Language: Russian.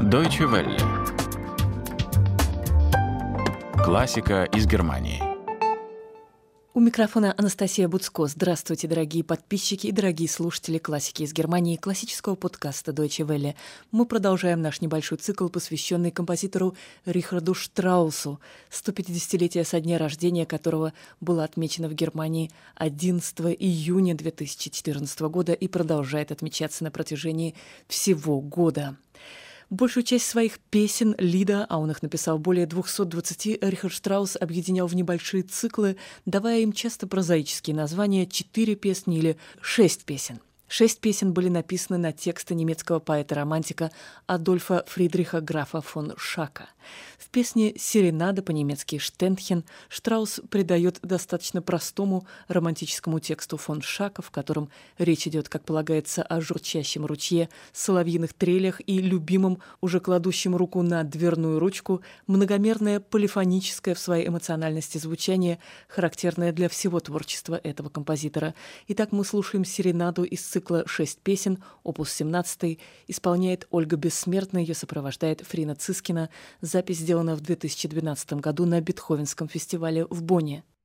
Deutsche Welle. Классика из Германии. У микрофона Анастасия Буцко. Здравствуйте, дорогие подписчики и дорогие слушатели классики из Германии, классического подкаста Deutsche Welle. Мы продолжаем наш небольшой цикл, посвященный композитору Рихарду Штраусу, 150-летие со дня рождения которого было отмечено в Германии 11 июня 2014 года и продолжает отмечаться на протяжении всего года. Большую часть своих песен, лида, а он их написал более 220, Рихард Штраус объединял в небольшие циклы, давая им часто прозаические названия 4 песни или 6 песен. 6 песен были написаны на тексты немецкого поэта-романтика Адольфа Фридриха графа фон Шака. В песне «Серенада», по-немецки «Штендхен», Штраус придает достаточно простому романтическому тексту фон Шака, в котором речь идет, как полагается, о журчащем ручье, соловьиных трелях и любимом, уже кладущем руку на дверную ручку, многомерное полифоническое в своей эмоциональности звучание, характерное для всего творчества этого композитора. Итак, мы слушаем «Серенаду» из цикла «6 песен», опус 17, исполняет Ольга Бессмертная, ее сопровождает Фрина Цискина. Запись сделана в 2012 году на Бетховенском фестивале в Бонне.